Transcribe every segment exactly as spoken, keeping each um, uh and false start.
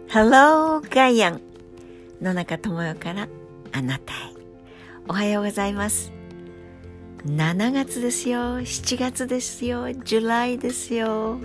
Hello ガイアン野中智代からあなたへ。おはようございます。しちがつですよ、しちがつですよ、ジュライですよ。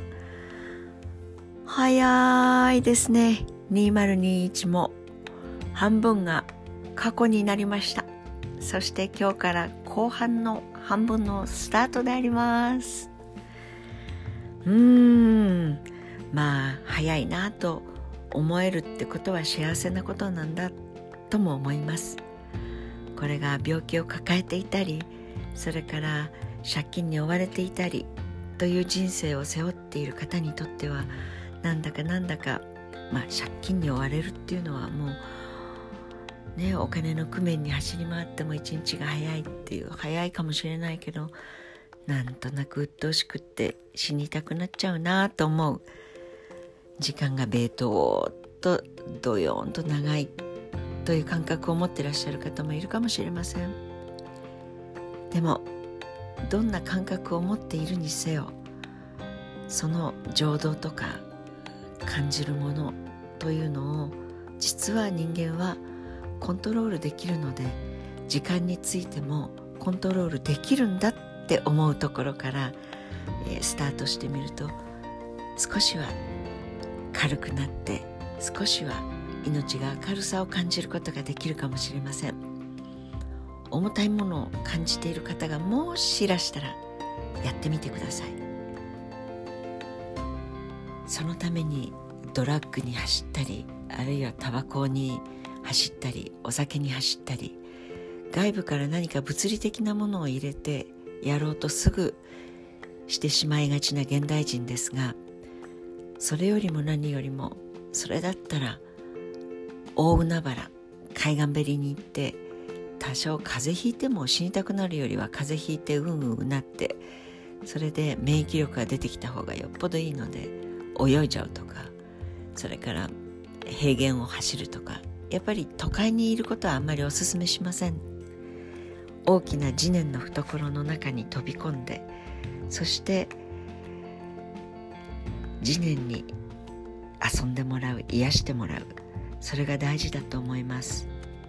早いですね。にせんにじゅういちも半分が過去になりました。そして今日から後半の半分のスタートであります。うーんまあ早いなと思えるってことは幸せなことなんだとも思います。これが病気を抱えていたり、それから借金に追われていたりという人生を背負っている方にとっては、なんだかなんだか、まあ、借金に追われるっていうのはもうね、お金の工面に走り回っても一日が早いっていう、早いかもしれないけど、なんとなく鬱陶しくって死にたくなっちゃうなと思う時間がベートーとドヨーンと長いという感覚を持っていらっしゃる方もいるかもしれません。でもどんな感覚を持っているにせよ、その情動とか感じるものというのを実は人間はコントロールできるので、時間についてもコントロールできるんだって思うところから、えー、スタートしてみると、少しは軽くなって、少しは命が明るさを感じることができるかもしれません。重たいものを感じている方がもしいらしたらやってみてください。そのためにドラッグに走ったり、あるいはタバコに走ったり、お酒に走ったり、外部から何か物理的なものを入れてやろうとすぐしてしまいがちな現代人ですが、それよりも何よりも、それだったら大海原、海岸べりに行って、多少風邪ひいても死にたくなるよりは風邪ひいてうんうんうなって、それで免疫力が出てきた方がよっぽどいいので泳いじゃうとか、それから平原を走るとか、やっぱり都会にいることはあんまりお勧めしません。大きな地面の懐の中に飛び込んで、そして地面に遊んでもらう、癒してもらう、それが大事だと思います。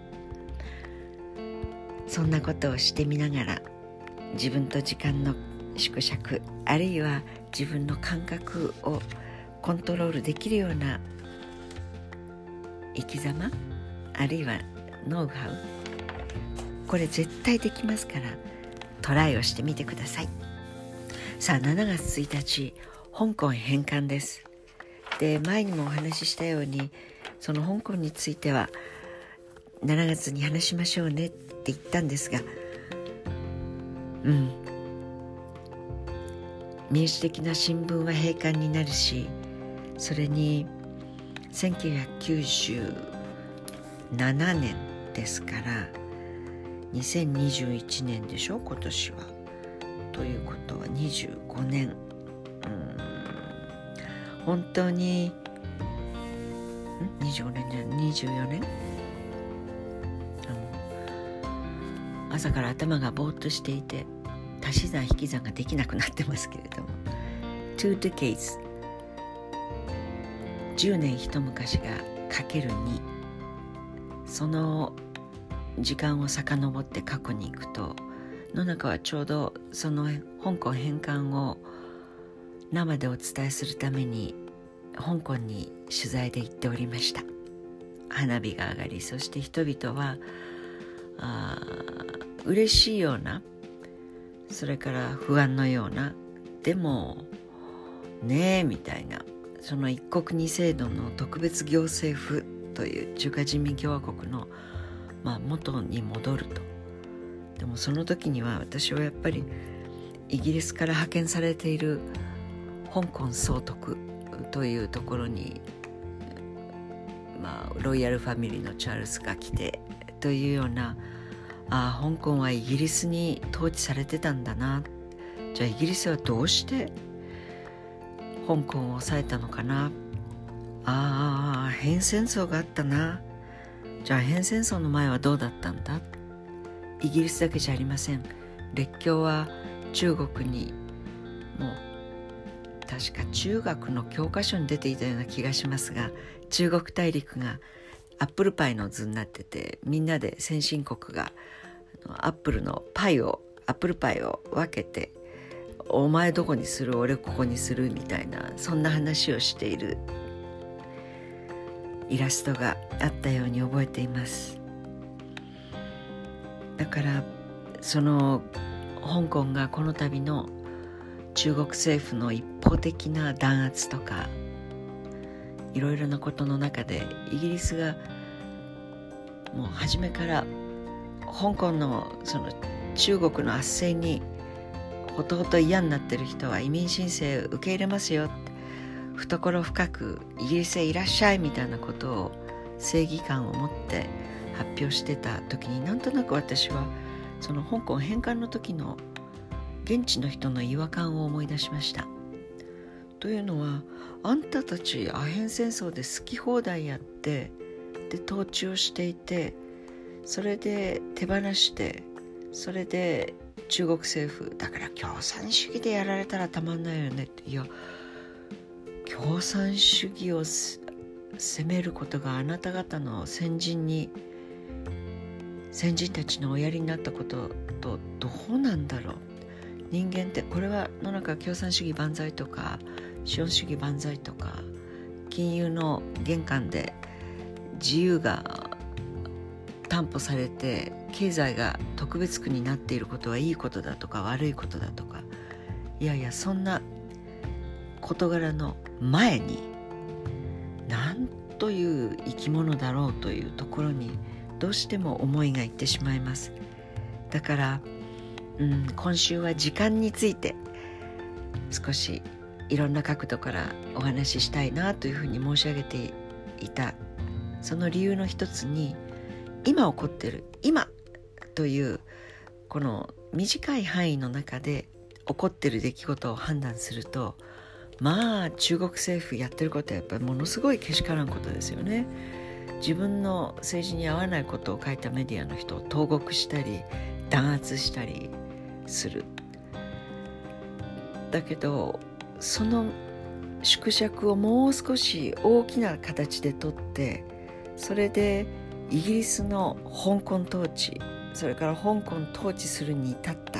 そんなことをしてみながら、自分と時間の縮尺、あるいは自分の感覚をコントロールできるような生き様、あるいはノウハウ、これ絶対できますから、トライをしてみてください。さあ、しちがつついたち、香港返還です。で、前にもお話ししたように、その香港についてはしちがつに話しましょうねって言ったんですが、うん民主的な新聞は閉館になるし、それにせんきゅうひゃくきゅうじゅうななねんですからにせんにじゅういちねんでしょ、今年は。ということはにじゅうごねん、うん本当にんにじゅうごねんじゃないにじゅうよねん、あの朝から頭がぼーっとしていて、足し算引き算ができなくなってますけれども、two decades じゅうねん一昔がかけるに、その時間を遡って過去に行くと、野中はちょうどその香港返還を生でお伝えするために香港に取材で行っておりました。花火が上がり、そして人々はあ嬉しいような、それから不安のような、でもねえみたいな、その一国二制度の特別行政府という中華人民共和国の、まあ、元に戻ると。でもその時には私はやっぱりイギリスから派遣されている香港総督というところに、まあ、ロイヤルファミリーのチャールズが来てというような、ああ香港はイギリスに統治されてたんだな、じゃあイギリスはどうして香港を抑えたのかな、ああ変戦争があったな、じゃあ変戦争の前はどうだったんだ。イギリスだけじゃありません。列強は中国にもう確か中学の教科書に出ていたような気がしますが、中国大陸がアップルパイの図になってて、みんなで先進国がアップルのパイをアップルパイを分けて、お前どこにする俺ここにするみたいな、そんな話をしているイラストがあったように覚えています。だからその香港がこの度の中国政府の一方的な弾圧とかいろいろなことの中で、イギリスがもう初めから香港のその中国の圧政にほとほと嫌になってる人は移民申請受け入れますよ、懐深くイギリスへいらっしゃいみたいなことを正義感を持って発表してた時に、なんとなく私はその香港返還の時の現地の人の違和感を思い出しました。というのは、あんたたちアヘン戦争で好き放題やって、で統治をしていて、それで手放して、それで中国政府だから共産主義でやられたらたまんないよねって。いや、共産主義を責めることがあなた方の先人に先人たちのおやりになったこととどうなんだろう。人間ってこれは野中共産主義万歳とか資本主義万歳とか、金融の玄関で自由が担保されて経済が特別区になっていることはいいことだとか悪いことだとか、いやいや、そんな事柄の前になんという生き物だろうというところにどうしても思いがいってしまいます。だから、うん、今週は時間について少しいろんな角度からお話ししたいなというふうに申し上げていた。その理由の一つに、今起こっている今というこの短い範囲の中で起こっている出来事を判断すると、まあ中国政府やってることはやっぱりものすごいけしからんことですよね。自分の政治に合わないことを書いたメディアの人を投獄したり弾圧したりする。だけどその縮尺をもう少し大きな形で取って、それでイギリスの香港統治、それから香港統治するに至った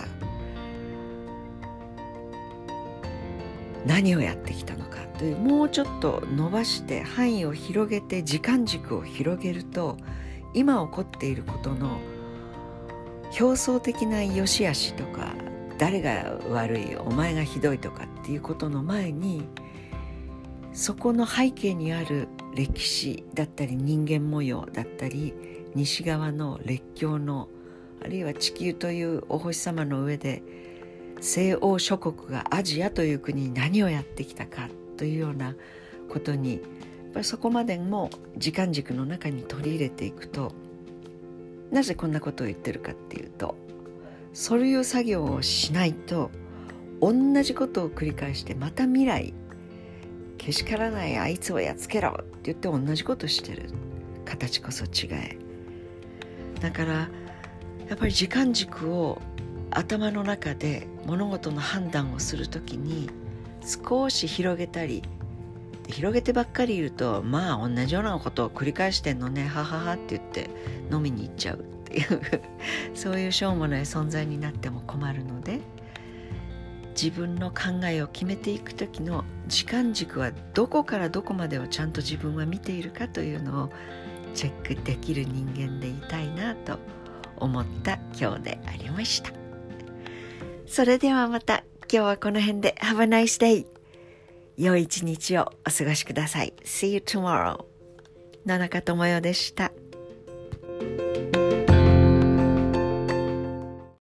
何をやってきたのかという、もうちょっと伸ばして範囲を広げて時間軸を広げると、今起こっていることの表層的な良し悪しとか、誰が悪いお前がひどいとかっていうことの前に、そこの背景にある歴史だったり人間模様だったり、西側の列強の、あるいは地球というお星様の上で西欧諸国がアジアという国に何をやってきたかというようなことに、やっぱりそこまでも時間軸の中に取り入れていくと、なぜこんなことを言ってるかっていうと、そういう作業をしないと同じことを繰り返して、また未来けしからないあいつをやっつけろって言って同じことしてる。形こそ違え。だからやっぱり時間軸を頭の中で物事の判断をするときに少し広げたり、広げてばっかりいると、まあ同じようなことを繰り返してんのね、はははって言って飲みに行っちゃうっていうそういうしょうもない存在になっても困るので、自分の考えを決めていく時の時間軸はどこからどこまでをちゃんと自分は見ているかというのをチェックできる人間でいたいなと思った今日でありました。それではまた、今日はこの辺で Have a nice day。 良い一日をお過ごしください。 See you tomorrow。 野中智代でした。